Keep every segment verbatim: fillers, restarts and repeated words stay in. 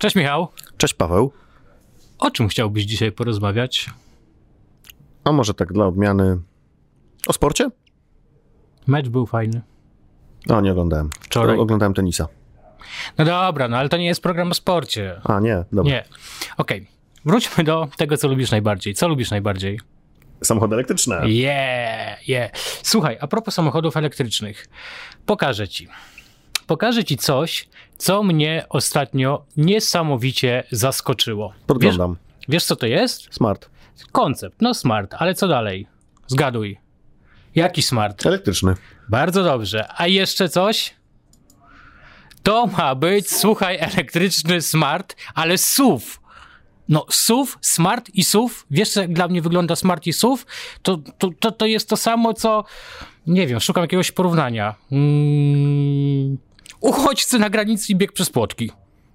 Cześć Michał. Cześć Paweł. O czym chciałbyś dzisiaj porozmawiać? A może tak dla odmiany o sporcie? Mecz był fajny. No, nie oglądałem. Wczoraj. O, oglądałem tenisa. No dobra, no ale to nie jest program o sporcie. A, nie, dobra. Nie. Okej, okay. Wróćmy do tego, co lubisz najbardziej. Co lubisz najbardziej? Samochody elektryczne. Yeah, yeah. Słuchaj, a propos samochodów elektrycznych. Pokażę ci. Pokażę ci coś, co mnie ostatnio niesamowicie zaskoczyło. Podglądam. Wiesz, wiesz co to jest? Smart. Koncept, no smart, ale co dalej? Zgaduj. Jaki smart? Elektryczny. Bardzo dobrze. A jeszcze coś? To ma być, słuchaj, elektryczny smart, ale S U V. No S U V, smart i S U V. Wiesz, jak dla mnie wygląda smart i S U V? To, to, to, to jest to samo, co... Nie wiem, szukam jakiegoś porównania. Mm, uchodźcy na granicy i bieg przez płotki.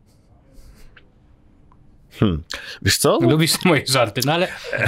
Hmm. Wiesz co? Lubisz moje żarty, no ale...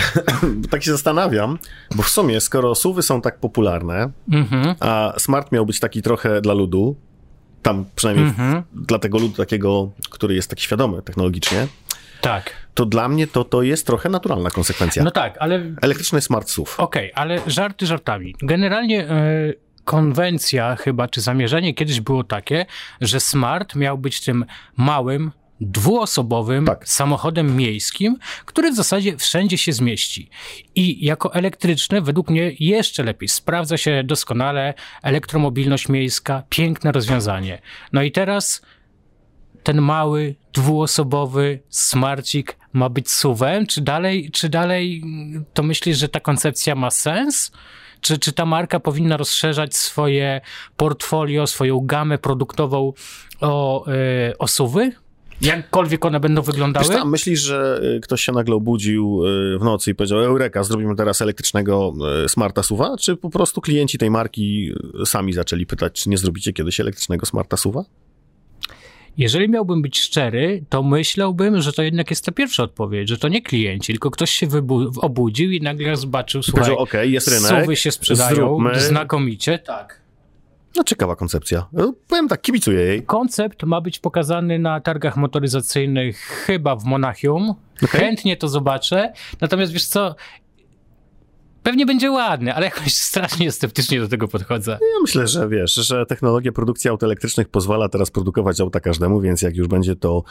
Tak się zastanawiam, bo w sumie, skoro S U V-y są tak popularne, mm-hmm. a smart miał być taki trochę dla ludu, tam przynajmniej mm-hmm. w, dla tego ludu takiego, który jest taki świadomy technologicznie, tak. To dla mnie to, to jest trochę naturalna konsekwencja. No tak, ale... Elektryczny smart S U V. Okej, okay, ale żarty żartami. Generalnie yy, konwencja chyba, czy zamierzenie kiedyś było takie, że smart miał być tym małym, dwuosobowym tak. samochodem miejskim, który w zasadzie wszędzie się zmieści. I jako elektryczny według mnie jeszcze lepiej. Sprawdza się doskonale elektromobilność miejska. Piękne rozwiązanie. No i teraz ten mały, dwuosobowy smarcik ma być S U V-em? Czy dalej, czy dalej to myślisz, że ta koncepcja ma sens? Czy, czy ta marka powinna rozszerzać swoje portfolio, swoją gamę produktową o, yy, o S U V-y? Jakkolwiek one będą wyglądały? Wiesz, tam myślisz, że ktoś się nagle obudził w nocy i powiedział: Eureka, zrobimy teraz elektrycznego smarta S U V-a? Czy po prostu klienci tej marki sami zaczęli pytać, czy nie zrobicie kiedyś elektrycznego smarta S U V-a? Jeżeli miałbym być szczery, to myślałbym, że to jednak jest ta pierwsza odpowiedź, że to nie klienci, tylko ktoś się wybu- obudził i nagle zobaczył, słuchaj, okay, jest rynek, S U V-y się sprzedają zróbmy. Znakomicie. Tak. No ciekawa koncepcja. No, powiem tak, kibicuję jej. Koncept ma być pokazany na targach motoryzacyjnych chyba w Monachium. Okay. Chętnie to zobaczę. Natomiast wiesz co, pewnie będzie ładny, ale jakoś strasznie sceptycznie do tego podchodzę. Ja myślę, że wiesz, że technologia produkcji aut elektrycznych pozwala teraz produkować auta każdemu, więc jak już będzie to,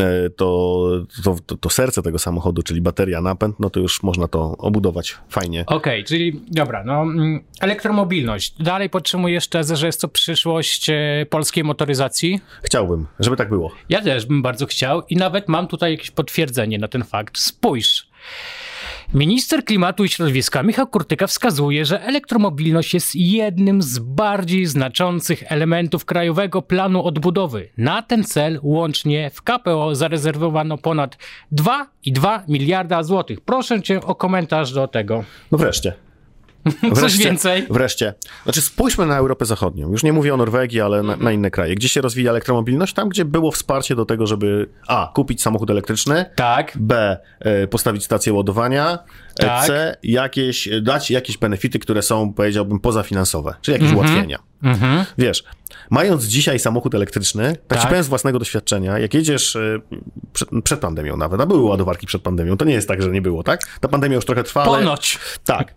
to, to, to, to serce tego samochodu, czyli bateria, napęd, no to już można to obudować fajnie. Okej, okay, czyli dobra, no elektromobilność. Dalej podtrzymujesz tezę, że jest to przyszłość polskiej motoryzacji? Chciałbym, żeby tak było. Ja też bym bardzo chciał i nawet mam tutaj jakieś potwierdzenie na ten fakt. Spójrz. Minister Klimatu i Środowiska Michał Kurtyka wskazuje, że elektromobilność jest jednym z bardziej znaczących elementów Krajowego Planu Odbudowy. Na ten cel łącznie w K P O zarezerwowano ponad dwa i dwa miliarda złotych. Proszę cię o komentarz do tego. No wreszcie. Wreszcie, Coś więcej? Wreszcie. Znaczy spójrzmy na Europę Zachodnią. Już nie mówię o Norwegii, ale na, na inne kraje. Gdzie się rozwija elektromobilność? Tam, gdzie było wsparcie do tego, żeby a. kupić samochód elektryczny, tak. b. postawić stację ładowania, tak. c. jakieś, dać jakieś benefity, które są, powiedziałbym, pozafinansowe, czyli jakieś mm-hmm. ułatwienia. Mm-hmm. Wiesz, mając dzisiaj samochód elektryczny, tak, tak ci powiem z własnego doświadczenia, jak jedziesz przed, przed pandemią nawet, a były ładowarki przed pandemią, to nie jest tak, że nie było, tak? Ta pandemia już trochę trwa, ale... Ponoć. Tak.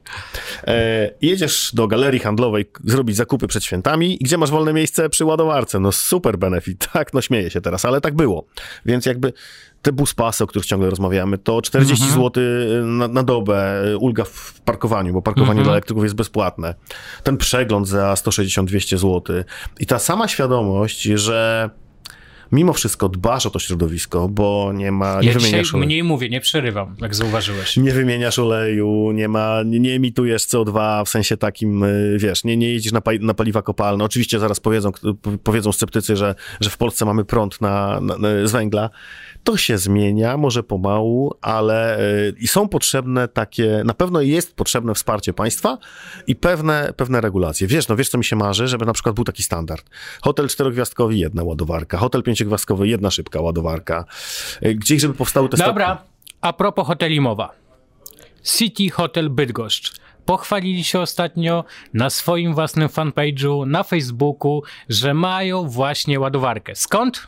E, jedziesz do galerii handlowej zrobić zakupy przed świętami i gdzie masz wolne miejsce przy ładowarce? No super benefit, tak? No śmieję się teraz, ale tak było. Więc jakby te buspasy, o których ciągle rozmawiamy, to czterdzieści mm-hmm. złotych na, na dobę, ulga w parkowaniu, bo parkowanie mm-hmm. dla elektryków jest bezpłatne. Ten przegląd za sto sześćdziesiąt do dwieście złotych. I ta sama świadomość, że mimo wszystko dbasz o to środowisko, bo nie ma... Nie ja wymieniasz dzisiaj oleju. Mniej mówię, nie przerywam, jak zauważyłeś. Nie wymieniasz oleju, nie ma, nie, nie emitujesz C O dwa w sensie takim, wiesz, nie, nie jedziesz na, na paliwa kopalne. Oczywiście zaraz powiedzą, powiedzą sceptycy, że, że w Polsce mamy prąd na, na, z węgla. To się zmienia, może pomału, ale yy, i są potrzebne takie, na pewno jest potrzebne wsparcie państwa i pewne, pewne regulacje. Wiesz, no wiesz, co mi się marzy, żeby na przykład był taki standard. Hotel czterogwiazdkowy, jedna ładowarka. Hotel pięciogwiazdkowy, jedna szybka ładowarka. Yy, gdzieś, żeby powstały te... Dobra, sta- a propos hoteli mowa. City Hotel Bydgoszcz. Pochwalili się ostatnio na swoim własnym fanpage'u, na Facebooku, że mają właśnie ładowarkę. Skąd?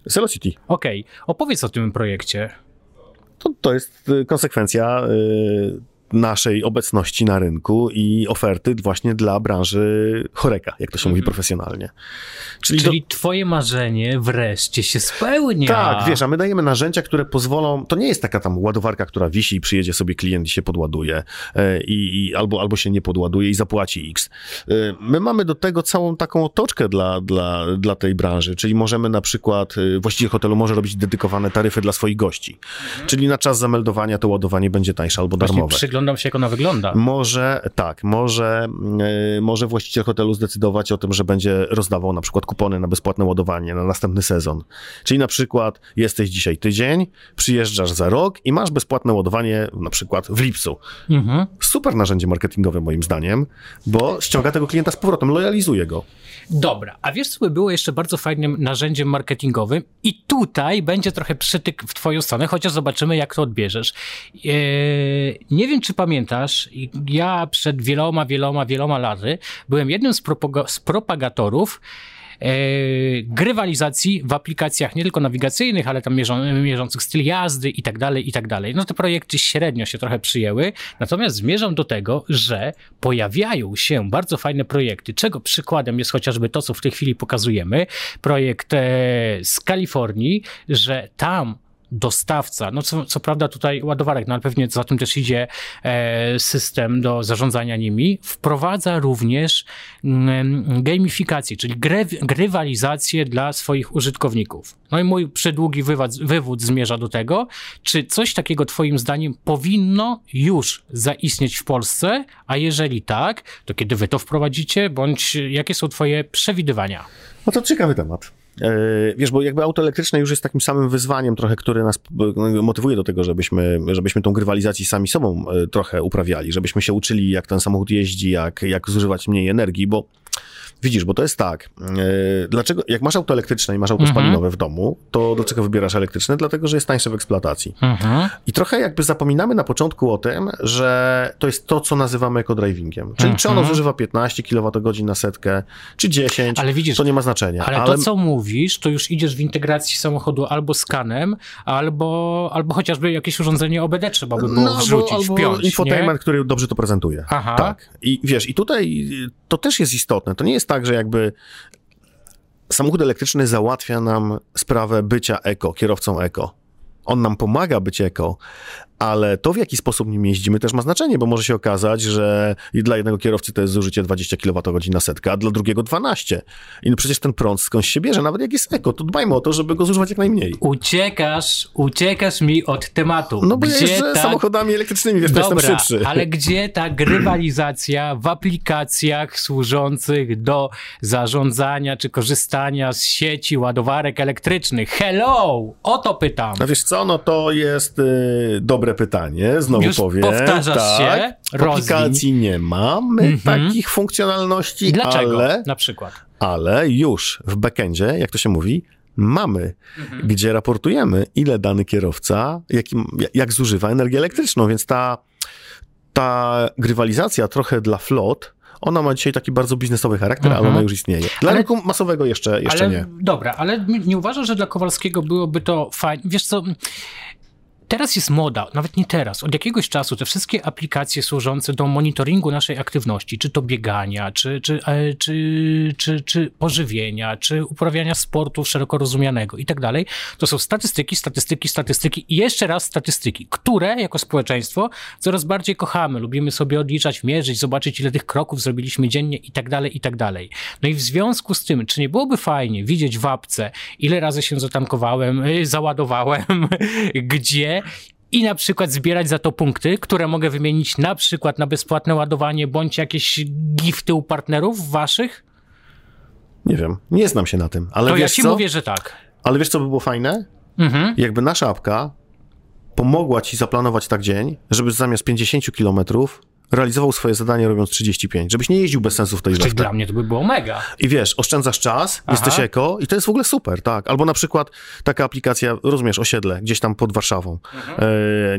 Velocity. Okej, okay. Opowiedz o tym projekcie. To, to jest konsekwencja y, naszej obecności na rynku i oferty właśnie dla branży choreka, jak to się mm. mówi profesjonalnie. Czyli, Czyli do... twoje marzenie wreszcie się spełnia. Tak, wiesz, a my dajemy narzędzia, które pozwolą, to nie jest taka tam ładowarka, która wisi i przyjedzie sobie klient i się podładuje y, i albo, albo się nie podładuje i zapłaci X. Y, my mamy do tego całą taką otoczkę dla, dla, dla tej branży, czyli możemy na przykład, y, właściciel hotelu może robić dedykowane taryfy dla swoich gości. Mm. Czyli na czas zameldowania to ładowanie będzie tańsze albo Właśnie darmowe. Przyglądam się, jak ona wygląda. Może, tak, może, yy, może właściciel hotelu zdecydować o tym, że będzie rozdawał na przykład kupony na bezpłatne ładowanie na następny sezon. Czyli na przykład jesteś dzisiaj tydzień, przyjeżdżasz za rok i masz bezpłatne ładowanie na przykład w lipcu. Mhm. Super narzędzie marketingowe moim zdaniem, bo ściąga tego klienta z powrotem, lojalizuje go. Dobra, a wiesz, co by było jeszcze bardzo fajnym narzędziem marketingowym i tutaj będzie trochę przytyk w twoją stronę, chociaż zobaczymy, jak to odbierzesz. Eee, nie wiem, czy pamiętasz, ja przed wieloma, wieloma, wieloma laty byłem jednym z, propaga- z propagatorów grywalizacji w aplikacjach nie tylko nawigacyjnych, ale tam mierzą, mierzących styl jazdy i tak dalej, i tak dalej. No te projekty średnio się trochę przyjęły, natomiast zmierzam do tego, że pojawiają się bardzo fajne projekty, czego przykładem jest chociażby to, co w tej chwili pokazujemy, projekt z Kalifornii, że tam dostawca, no co, co prawda tutaj ładowarek, no ale pewnie za tym też idzie e, system do zarządzania nimi, wprowadza również mm, gamifikację, czyli gry, grywalizację dla swoich użytkowników. No i mój przydługi wywód, wywód zmierza do tego, czy coś takiego twoim zdaniem powinno już zaistnieć w Polsce, a jeżeli tak, to kiedy wy to wprowadzicie, bądź jakie są twoje przewidywania? No to ciekawy temat. Wiesz, bo jakby auto elektryczne już jest takim samym wyzwaniem trochę, które nas motywuje do tego, żebyśmy, żebyśmy tą grywalizację sami sobą trochę uprawiali, żebyśmy się uczyli, jak ten samochód jeździ, jak, jak zużywać mniej energii, bo widzisz, bo to jest tak, yy, dlaczego, jak masz auto elektryczne i masz auto spalinowe w domu, to dlaczego wybierasz elektryczne? Dlatego, że jest tańsze w eksploatacji. Mhm. I trochę jakby zapominamy na początku o tym, że to jest to, co nazywamy eco-drivingiem. Czyli mhm. czy ono zużywa piętnaście kilowatogodzin na setkę, czy dziesięć, ale widzisz, to nie ma znaczenia. Ale, ale to, co mówisz, to już idziesz w integracji samochodu albo skanem, albo, albo chociażby jakieś urządzenie O B D trzeba by było no, wrzucić, albo, albo wpiąć. Infotainment, który dobrze to prezentuje. Aha. Tak. I wiesz, i tutaj to też jest istotne. To nie jest tak, że jakby samochód elektryczny załatwia nam sprawę bycia eko, kierowcą eko. On nam pomaga być eko, ale to, w jaki sposób nim jeździmy, też ma znaczenie, bo może się okazać, że dla jednego kierowcy to jest zużycie dwadzieścia kilowatogodzin na setkę, a dla drugiego dwanaście. I no przecież ten prąd skądś się bierze, nawet jak jest eko, to dbajmy o to, żeby go zużywać jak najmniej. Uciekasz, uciekasz mi od tematu. No bo gdzie ja jeżdżę ta... samochodami elektrycznymi, wiesz, Dobra, to jestem szybszy. Ale gdzie ta grywalizacja w aplikacjach służących do zarządzania czy korzystania z sieci ładowarek elektrycznych? Hello! O to pytam. No wiesz co, no to jest y, dobre pytanie, znowu Już powiem. powtarzasz tak, się, w aplikacji nie mamy mm-hmm. takich funkcjonalności, Dlaczego? ale... Na przykład? Ale już w backendzie, jak to się mówi, mamy, mm-hmm. gdzie raportujemy, ile dany kierowca, jak, jak zużywa energię elektryczną, więc ta, ta grywalizacja trochę dla flot, ona ma dzisiaj taki bardzo biznesowy charakter, mhm. ale ona już istnieje. Dla ale, rynku masowego jeszcze, jeszcze ale, nie. Dobra, ale nie uważasz, że dla Kowalskiego byłoby to fajne? Wiesz co... Teraz jest moda, nawet nie teraz, od jakiegoś czasu te wszystkie aplikacje służące do monitoringu naszej aktywności, czy to biegania, czy, czy, czy, czy, czy pożywienia, czy uprawiania sportu szeroko rozumianego i tak dalej, to są statystyki, statystyki, statystyki i jeszcze raz statystyki, które jako społeczeństwo coraz bardziej kochamy. Lubimy sobie odliczać, mierzyć, zobaczyć, ile tych kroków zrobiliśmy dziennie i tak dalej, i tak dalej. No i w związku z tym, czy nie byłoby fajnie widzieć w apce, ile razy się zatankowałem, załadowałem, gdzie i na przykład zbierać za to punkty, które mogę wymienić na przykład na bezpłatne ładowanie, bądź jakieś gifty u partnerów waszych? Nie wiem, nie znam się na tym, ale to wiesz ja ci co? mówię, że tak. Ale wiesz, co by było fajne? Mhm. Jakby nasza apka pomogła ci zaplanować tak dzień, żeby zamiast pięćdziesiąt kilometrów realizował swoje zadanie robiąc trzydzieści pięć, żebyś nie jeździł bez sensu w tej rzeczy. Dla mnie to by było mega. I wiesz, oszczędzasz czas, Aha. jesteś eko i to jest w ogóle super, tak. Albo na przykład taka aplikacja, rozumiesz, osiedle, gdzieś tam pod Warszawą, mhm. e, nie wiem,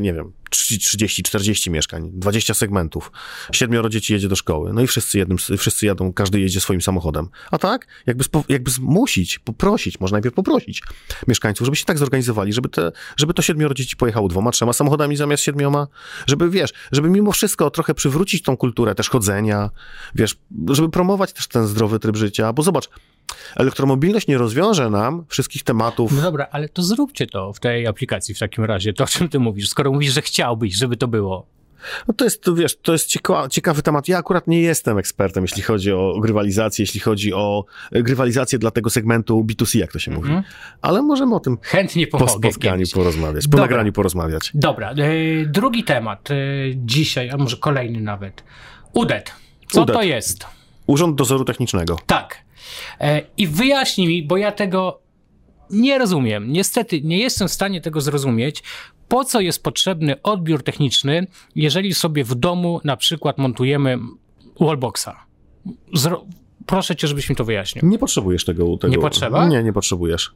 trzydzieści czterdzieści mieszkań, dwadzieścia segmentów, siedmioro dzieci jedzie do szkoły, no i wszyscy, jednym, wszyscy jadą, każdy jedzie swoim samochodem. A tak, jakby, spo, jakby zmusić, poprosić, może najpierw poprosić mieszkańców, żeby się tak zorganizowali, żeby, te, żeby to siedmioro dzieci pojechało dwoma, trzema samochodami zamiast siedmioma, żeby, wiesz, żeby mimo wszystko trochę przywrócić tą kulturę też chodzenia, wiesz, żeby promować też ten zdrowy tryb życia, bo zobacz, elektromobilność nie rozwiąże nam wszystkich tematów. No dobra, ale to zróbcie to w tej aplikacji w takim razie, to o czym ty mówisz, skoro mówisz, że chciałbyś, żeby to było. No to jest, wiesz, to jest cieka- ciekawy temat. Ja akurat nie jestem ekspertem, jeśli chodzi o grywalizację, jeśli chodzi o grywalizację dla tego segmentu B dwa C, jak to się mm-hmm. mówi. Ale możemy o tym chętnie po spotkaniu kiedyś. porozmawiać, po Dobra. nagraniu porozmawiać. Dobra, yy, drugi temat yy, dzisiaj, a może kolejny nawet. U D E T. Co U D E T. To jest? Urząd Dozoru Technicznego. Tak. Yy, I wyjaśnij mi, bo ja tego nie rozumiem. Niestety nie jestem w stanie tego zrozumieć. Po co jest potrzebny odbiór techniczny, jeżeli sobie w domu na przykład montujemy wallboxa? Zro... Proszę cię, żebyś mi to wyjaśnił. Nie potrzebujesz tego. tego... Nie potrzeba? Nie, nie potrzebujesz.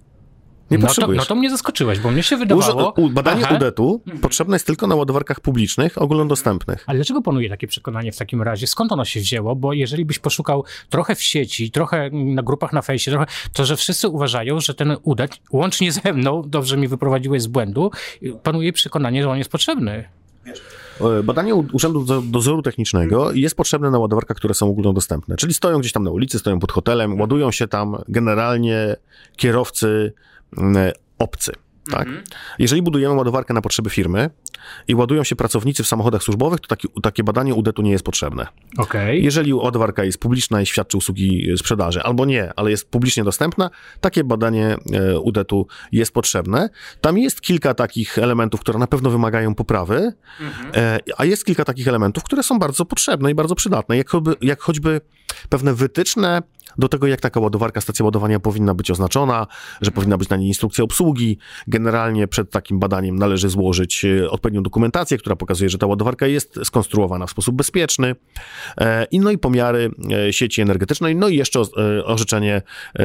Nie no potrzebujesz. To, no to mnie zaskoczyłeś, bo mnie się wydawało... Urz... Badanie Aha. U D E T-u potrzebne jest tylko na ładowarkach publicznych, ogólnodostępnych. Ale dlaczego panuje takie przekonanie w takim razie? Skąd ono się wzięło? Bo jeżeli byś poszukał trochę w sieci, trochę na grupach na fejsie, trochę, to że wszyscy uważają, że ten U D E T, łącznie ze mną, dobrze mi wyprowadziłeś z błędu, panuje przekonanie, że on jest potrzebny. Badanie Urzędu Dozoru Technicznego jest potrzebne na ładowarkach, które są ogólnodostępne. Czyli stoją gdzieś tam na ulicy, stoją pod hotelem, ładują się tam generalnie kierowcy obcy. Tak? Mhm. Jeżeli budujemy ładowarkę na potrzeby firmy i ładują się pracownicy w samochodach służbowych, to taki, takie badanie U D E T-u nie jest potrzebne. Okay. Jeżeli ładowarka jest publiczna i świadczy usługi sprzedaży, albo nie, ale jest publicznie dostępna, takie badanie U D E T-u jest potrzebne. Tam jest kilka takich elementów, które na pewno wymagają poprawy, mhm. a jest kilka takich elementów, które są bardzo potrzebne i bardzo przydatne, jak choćby, jak choćby pewne wytyczne do tego, jak taka ładowarka, stacja ładowania powinna być oznaczona, że powinna być na niej instrukcja obsługi. Generalnie przed takim badaniem należy złożyć odpowiednią dokumentację, która pokazuje, że ta ładowarka jest skonstruowana w sposób bezpieczny. I no i pomiary sieci energetycznej, no i jeszcze orzeczenie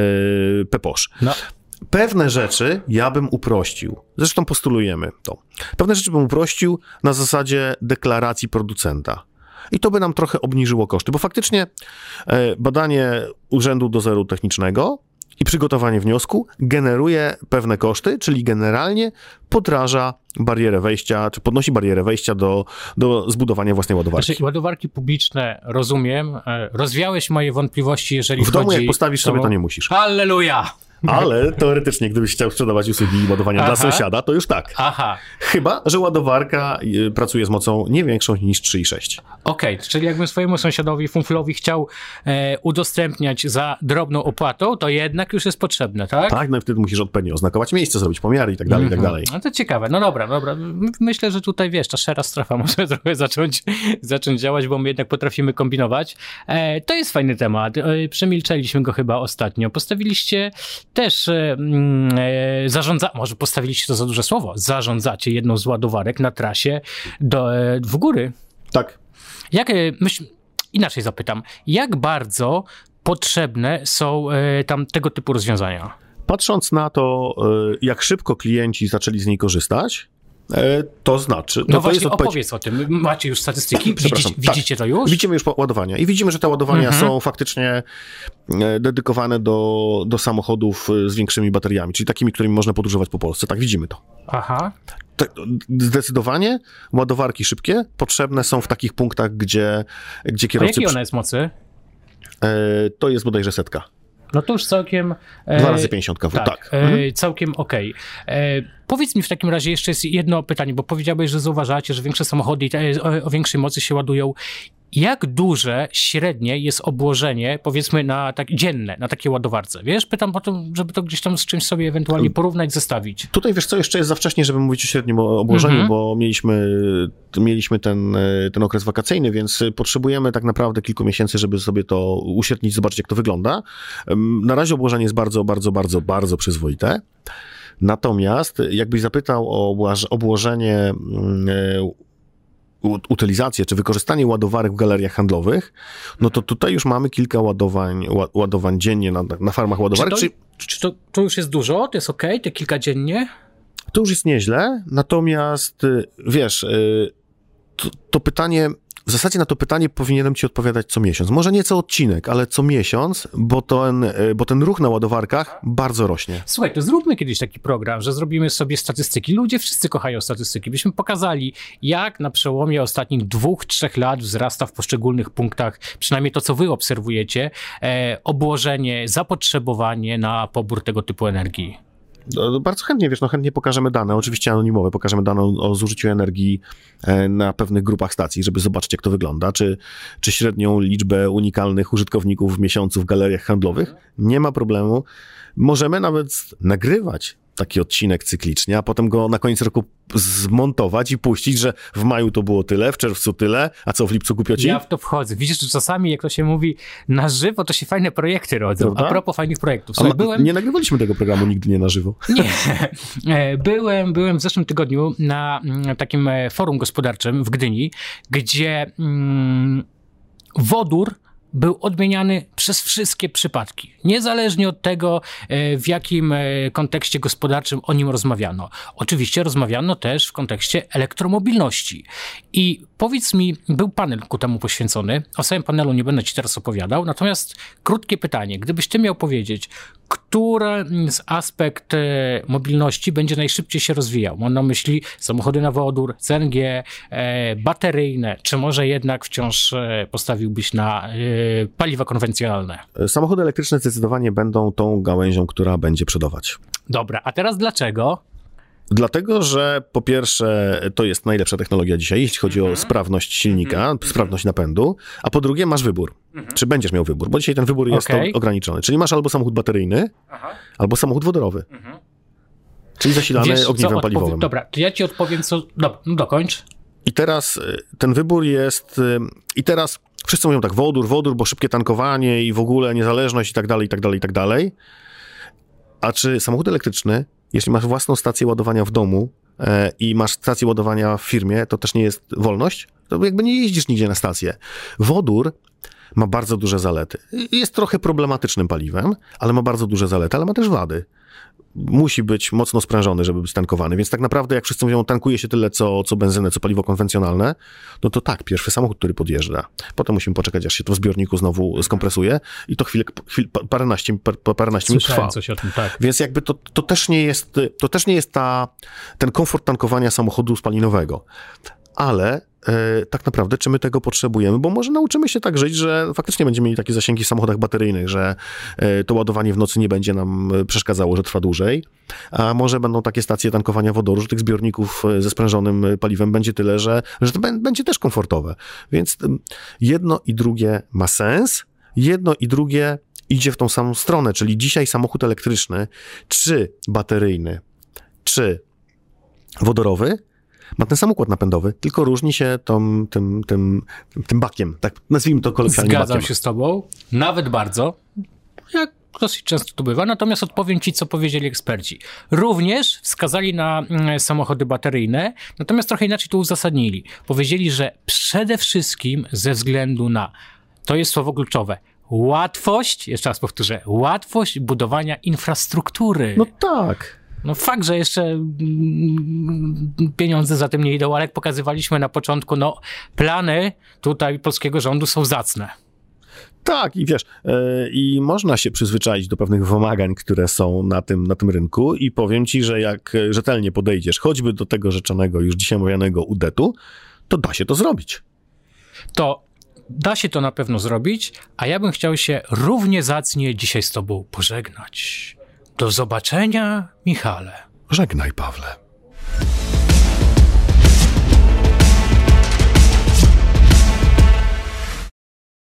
P P O Sz. No. Pewne rzeczy ja bym uprościł. Zresztą postulujemy to. Pewne rzeczy bym uprościł na zasadzie deklaracji producenta. I to by nam trochę obniżyło koszty, bo faktycznie badanie Urzędu Dozoru Technicznego i przygotowanie wniosku generuje pewne koszty, czyli generalnie podraża barierę wejścia, czy podnosi barierę wejścia do, do zbudowania własnej ładowarki. Znaczy, ładowarki publiczne, rozumiem, rozwiałeś moje wątpliwości, jeżeli w chodzi... W domu jak postawisz sobie, to nie musisz. Halleluja! Ale teoretycznie, gdybyś chciał sprzedawać usługi ładowania Aha. dla sąsiada, to już tak. Aha. Chyba że ładowarka pracuje z mocą nie większą niż trzy i sześć. Okej, okay, czyli jakbym swojemu sąsiadowi funflowi chciał e, udostępniać za drobną opłatą, to jednak już jest potrzebne, tak? Tak, no i wtedy musisz odpowiednio oznakować miejsce, zrobić pomiary i tak dalej, mm-hmm. i tak dalej. No to ciekawe, no dobra, dobra. Myślę, że tutaj, wiesz, ta szara strefa może trochę zacząć, zacząć działać, bo my jednak potrafimy kombinować. E, to jest fajny temat. E, przemilczaliśmy go chyba ostatnio. Postawiliście też e, zarządza... Może postawiliście to za duże słowo. Zarządzacie jedną z ładowarek na trasie do, e, w góry. Tak. Jak, e, myśl... Inaczej zapytam. Jak bardzo potrzebne są e, tam tego typu rozwiązania? Patrząc na to, e, jak szybko klienci zaczęli z niej korzystać, to znaczy... No to właśnie, to jest odpowiedź... opowiedz o tym. Macie już statystyki? Widzicie, tak. widzicie to już? Widzimy już ładowania i widzimy, że te ładowania mhm. są faktycznie dedykowane do, do samochodów z większymi bateriami, czyli takimi, którymi można podróżować po Polsce. Tak, widzimy to. Aha. Te, zdecydowanie ładowarki szybkie potrzebne są w takich punktach, gdzie, gdzie kierowcy... A jakiej ona jest mocy? To jest bodajże setka. No to już całkiem... Dwa razy pięćdziesiąt kawałków, tak. tak. Mhm. Całkiem okej. Okay. Powiedz mi w takim razie jeszcze jest jedno pytanie, bo powiedziałeś, że zauważacie, że większe samochody o, o większej mocy się ładują. Jak duże średnie jest obłożenie, powiedzmy, na tak, dzienne, na takiej ładowarce? Wiesz, pytam po to, żeby to gdzieś tam z czymś sobie ewentualnie porównać, zestawić. Tutaj, wiesz co, jeszcze jest za wcześnie, żeby mówić o średnim obłożeniu, mm-hmm. bo mieliśmy, mieliśmy ten, ten okres wakacyjny, więc potrzebujemy tak naprawdę kilku miesięcy, żeby sobie to uśrednić, zobaczyć, jak to wygląda. Na razie obłożenie jest bardzo, bardzo, bardzo, bardzo przyzwoite. Natomiast jakbyś zapytał o obłożenie, utylizację czy wykorzystanie ładowarek w galeriach handlowych, no to tutaj już mamy kilka ładowań, ładowań dziennie na, na farmach ładowarek. Czy, to, czy to, to już jest dużo? To jest okej? Okay? Te kilka dziennie? To już jest nieźle, natomiast wiesz, to, to pytanie, w zasadzie na to pytanie powinienem ci odpowiadać co miesiąc. Może nie co odcinek, ale co miesiąc, bo ten, bo ten ruch na ładowarkach bardzo rośnie. Słuchaj, to zróbmy kiedyś taki program, że zrobimy sobie statystyki. Ludzie wszyscy kochają statystyki. Byśmy pokazali, jak na przełomie ostatnich dwóch, trzech lat wzrasta w poszczególnych punktach, przynajmniej to, co wy obserwujecie, e, obłożenie, zapotrzebowanie na pobór tego typu energii. No, bardzo chętnie, wiesz, no chętnie pokażemy dane, oczywiście anonimowe, pokażemy dane o, o zużyciu energii na pewnych grupach stacji, żeby zobaczyć, jak to wygląda, czy, czy średnią liczbę unikalnych użytkowników w miesiącu w galeriach handlowych. Nie ma problemu. Możemy nawet nagrywać taki odcinek cyklicznie, a potem go na koniec roku zmontować i puścić, że w maju to było tyle, w czerwcu tyle, a co w lipcu głupioci? Ja w to wchodzę. Widzisz, że czasami, jak to się mówi na żywo, to się fajne projekty rodzą. Prawda? A propos fajnych projektów. Słuchaj, ma, byłem... Nie nagrywaliśmy tego programu nigdy nie na żywo. Nie. Byłem, byłem w zeszłym tygodniu na takim forum gospodarczym w Gdyni, gdzie mm, wodór był odmieniany przez wszystkie przypadki. Niezależnie od tego, w jakim kontekście gospodarczym o nim rozmawiano. Oczywiście rozmawiano też w kontekście elektromobilności. I powiedz mi, był panel ku temu poświęcony. O samym panelu nie będę ci teraz opowiadał, natomiast krótkie pytanie. Gdybyś ty miał powiedzieć, który z aspekt mobilności będzie najszybciej się rozwijał? Mam na myśli samochody na wodór, C N G, e, bateryjne, czy może jednak wciąż e, postawiłbyś na e, paliwa konwencjonalne? Samochody elektryczne zdecydowanie będą tą gałęzią, która będzie przodować. Dobra, a teraz dlaczego? Dlatego, że po pierwsze to jest najlepsza technologia dzisiaj, jeśli chodzi mm-hmm. o sprawność silnika, mm-hmm. sprawność napędu, a po drugie masz wybór. Mm-hmm. Czy będziesz miał wybór, bo dzisiaj ten wybór jest okay. ograniczony. Czyli masz albo samochód bateryjny, Aha. albo samochód wodorowy. Mm-hmm. Czyli zasilany Wiesz, ogniwem paliwowym. Dobra, to ja ci odpowiem, co... No, no dokończ. I teraz ten wybór jest... I teraz wszyscy mówią tak, wodór, wodór, bo szybkie tankowanie i w ogóle niezależność i tak dalej, i tak dalej, i tak dalej. A czy samochód elektryczny, jeśli masz własną stację ładowania w domu e, i masz stację ładowania w firmie, to też nie jest wolność? To jakby nie jeździsz nigdzie na stację. Wodór ma bardzo duże zalety. Jest trochę problematycznym paliwem, ale ma bardzo duże zalety, ale ma też wady. Musi być mocno sprężony, żeby być tankowany, więc tak naprawdę jak wszyscy mówią, tankuje się tyle, co, co benzynę, co paliwo konwencjonalne, no to tak, pierwszy samochód, który podjeżdża. Potem musimy poczekać, aż się to w zbiorniku znowu skompresuje i to chwilę, chwil, paręnaście, par, paręnaście minut trwa. Coś o tym, tak. Więc jakby to, to też nie jest, to też nie jest ta, ten komfort tankowania samochodu spalinowego. Ale e, tak naprawdę, czy my tego potrzebujemy? Bo może nauczymy się tak żyć, że faktycznie będziemy mieli takie zasięgi w samochodach bateryjnych, że e, to ładowanie w nocy nie będzie nam przeszkadzało, że trwa dłużej, a może będą takie stacje tankowania wodoru, że tych zbiorników ze sprężonym paliwem będzie tyle, że, że to b- będzie też komfortowe. Więc jedno i drugie ma sens, jedno i drugie idzie w tą samą stronę, czyli dzisiaj samochód elektryczny, czy bateryjny, czy wodorowy, ma ten sam układ napędowy, tylko różni się tą, tym, tym, tym bakiem, tak nazwijmy to kolokwialnie bakiem. Zgadzam się z tobą, nawet bardzo, jak dosyć często to bywa, natomiast odpowiem ci, co powiedzieli eksperci. Również wskazali na samochody bateryjne, natomiast trochę inaczej to uzasadnili. Powiedzieli, że przede wszystkim ze względu na, to jest słowo kluczowe, łatwość, jeszcze raz powtórzę, łatwość budowania infrastruktury. No tak. No fakt, że jeszcze pieniądze za tym nie idą, ale jak pokazywaliśmy na początku, no plany tutaj polskiego rządu są zacne. Tak, i wiesz, yy, i można się przyzwyczaić do pewnych wymagań, które są na tym, na tym rynku i powiem ci, że jak rzetelnie podejdziesz choćby do tego rzeczonego, już dzisiaj omawianego U D E T-u, to da się to zrobić. To da się to na pewno zrobić, a ja bym chciał się równie zacnie dzisiaj z tobą pożegnać. Do zobaczenia, Michale. Żegnaj, Pawle.